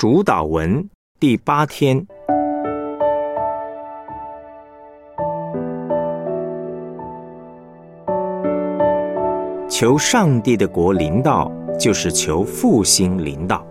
主祷文第8天。求上帝的国临到，就是求复兴临到。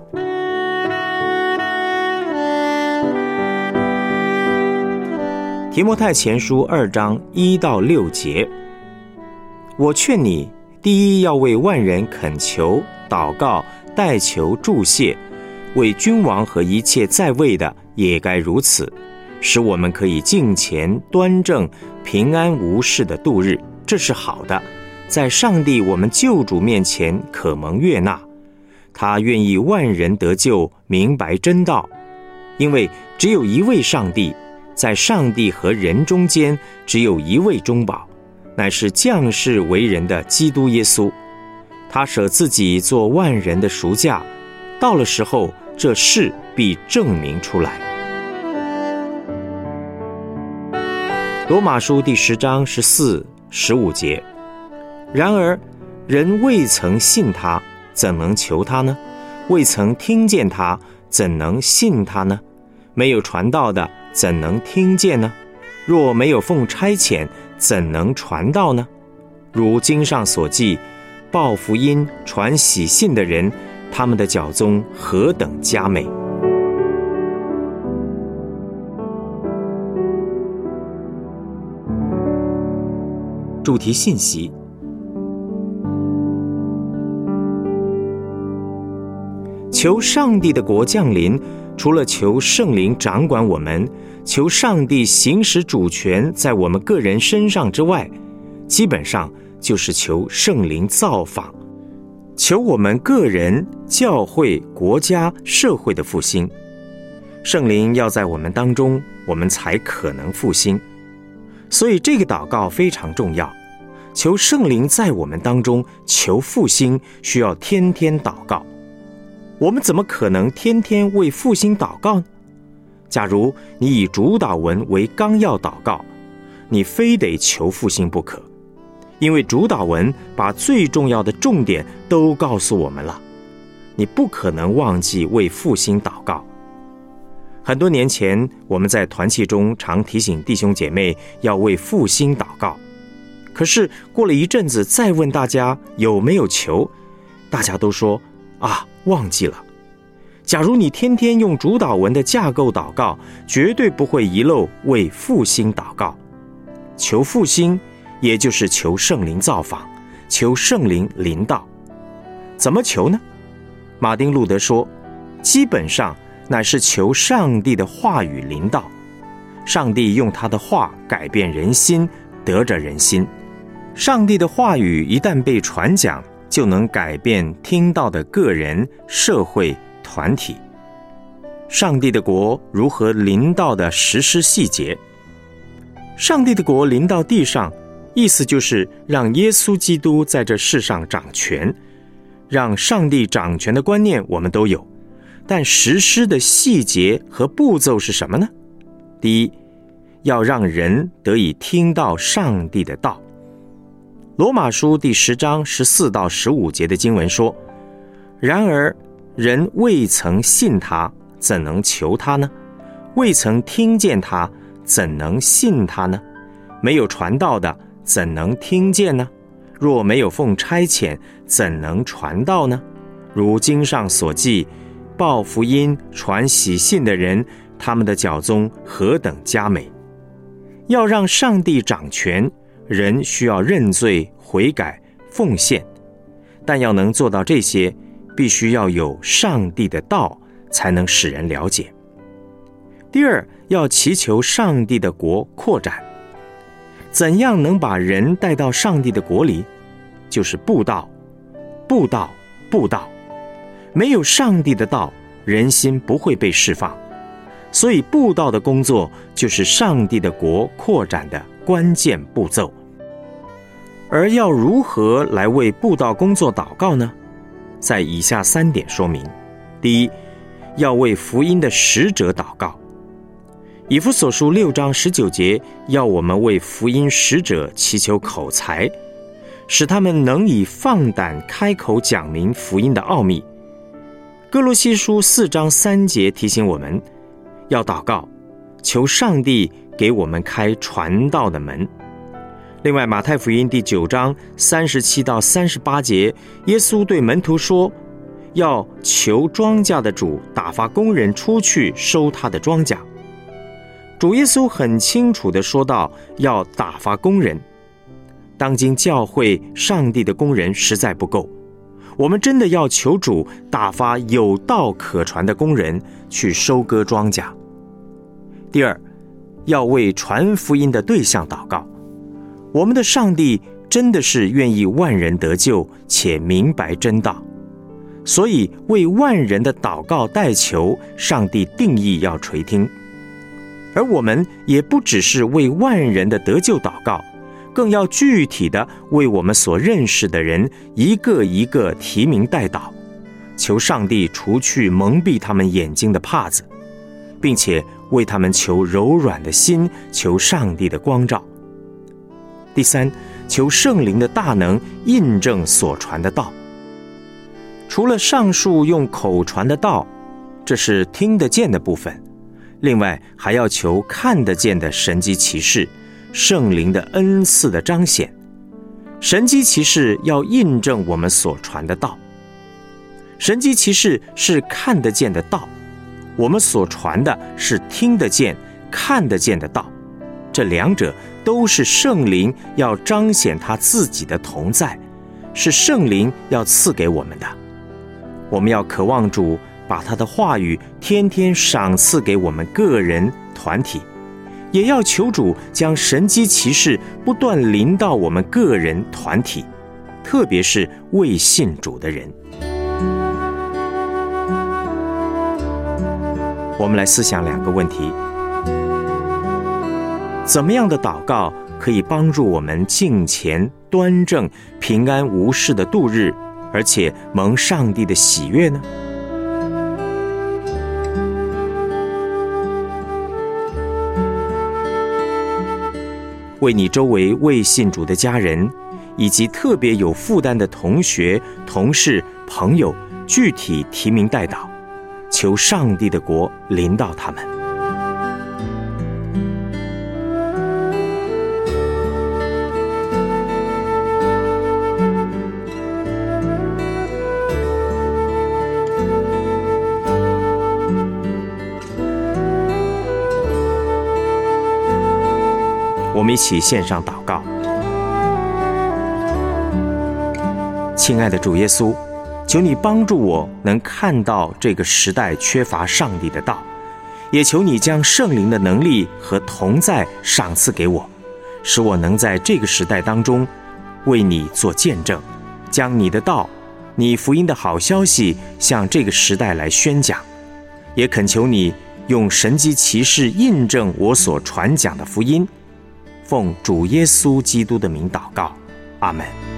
提摩太前书2章1到6节，我劝你，第一要为万人恳求、祷告、代求、祝谢，为君王和一切在位的也该如此，使我们可以敬虔、端正、平安无事的度日，这是好的，在上帝我们救主面前可蒙悦纳。他愿意万人得救，明白真道，因为只有一位上帝，在上帝和人中间只有一位中保，乃是降世为人的基督耶稣。他舍自己做万人的赎价，到了时候，这事必证明出来。罗马书第10章14、15节，然而人未曾信他，怎能求他呢？未曾听见他，怎能信他呢？没有传道的，怎能听见呢？若没有奉差遣，怎能传道呢？如经上所记，报福音、传喜信的人，他们的脚踪何等佳美！主题信息：求上帝的国降临，除了求圣灵掌管我们，求上帝行使主权在我们个人身上之外，基本上就是求圣灵造访，求我们个人、教会、国家、社会的复兴。圣灵要在我们当中，我们才可能复兴。所以这个祷告非常重要，求圣灵在我们当中，求复兴需要天天祷告。我们怎么可能天天为复兴祷告呢？假如你以主祷文为纲要祷告，你非得求复兴不可，因为主祷文把最重要的重点都告诉我们了，你不可能忘记为复兴祷告。很多年前，我们在团契中常提醒弟兄姐妹要为复兴祷告，可是过了一阵子再问大家有没有求，大家都说忘记了。假如你天天用主祷文的架构祷告，绝对不会遗漏为复兴祷告。求复兴，也就是求圣灵造访，求圣灵临到。怎么求呢？马丁路德说，基本上乃是求上帝的话语临到，上帝用他的话改变人心，得着人心。上帝的话语一旦被传讲，就能改变听到的个人、社会、团体。上帝的国如何临到的实施细节。上帝的国临到地上，意思就是让耶稣基督在这世上掌权。让上帝掌权的观念我们都有，但实施的细节和步骤是什么呢？第一，要让人得以听到上帝的道。罗马书第10章14到15节的经文说，然而人未曾信他，怎能求他呢？未曾听见他，怎能信他呢？没有传道的，怎能听见呢？若没有奉差遣，怎能传道呢？如经上所记，报福音、传喜信的人，他们的脚踪何等佳美！要让上帝掌权，人需要认罪、悔改、奉献，但要能做到这些，必须要有上帝的道，才能使人了解。第二，要祈求上帝的国扩展。怎样能把人带到上帝的国里？就是布道，布道，布道。没有上帝的道，人心不会被释放。所以布道的工作就是上帝的国扩展的关键步骤。而要如何来为布道工作祷告呢？在以下3点说明。第一，要为福音的使者祷告。以弗所书6章19节要我们为福音使者祈求口才，使他们能以放胆开口讲明福音的奥秘。 哥罗西书4章3节提醒我们要祷告，求上帝给我们开传道的门。另外，马太福音第9章37到38节，耶稣对门徒说，要求庄稼的主打发工人出去收他的庄稼。主耶稣很清楚地说到，要打发工人。当今教会上帝的工人实在不够，我们真的要求主打发有道可传的工人去收割庄稼。第二，要为传福音的对象祷告。我们的上帝真的是愿意万人得救且明白真道，所以为万人的祷告代求，上帝定义要垂听。而我们也不只是为万人的得救祷告，更要具体的为我们所认识的人一个一个提名代祷，求上帝除去蒙蔽他们眼睛的帕子，并且为他们求柔软的心，求上帝的光照。第三，求圣灵的大能印证所传的道。除了上述用口传的道，这是听得见的部分，另外还要求看得见的神迹奇事，圣灵的恩赐的彰显。神迹奇事要印证我们所传的道。神迹奇事是看得见的道，我们所传的是听得见、看得见的道。这两者都是圣灵要彰显他自己的同在，是圣灵要赐给我们的。我们要渴望主把他的话语天天赏赐给我们个人团体，也要求主将神迹奇事不断临到我们个人团体，特别是未信主的人。我们来思想两个问题：怎么样的祷告可以帮助我们敬虔端正、平安无事的度日，而且蒙上帝的喜悦呢？为你周围未信主的家人，以及特别有负担的同学、同事、朋友，具体提名代祷，求上帝的国临到他们。我们一起献上祷告。亲爱的主耶稣，求你帮助我能看到这个时代缺乏上帝的道，也求你将圣灵的能力和同在赏赐给我，使我能在这个时代当中为你做见证，将你的道、你福音的好消息向这个时代来宣讲。也恳求你用神迹奇事印证我所传讲的福音。奉主耶稣基督的名祷告，阿们。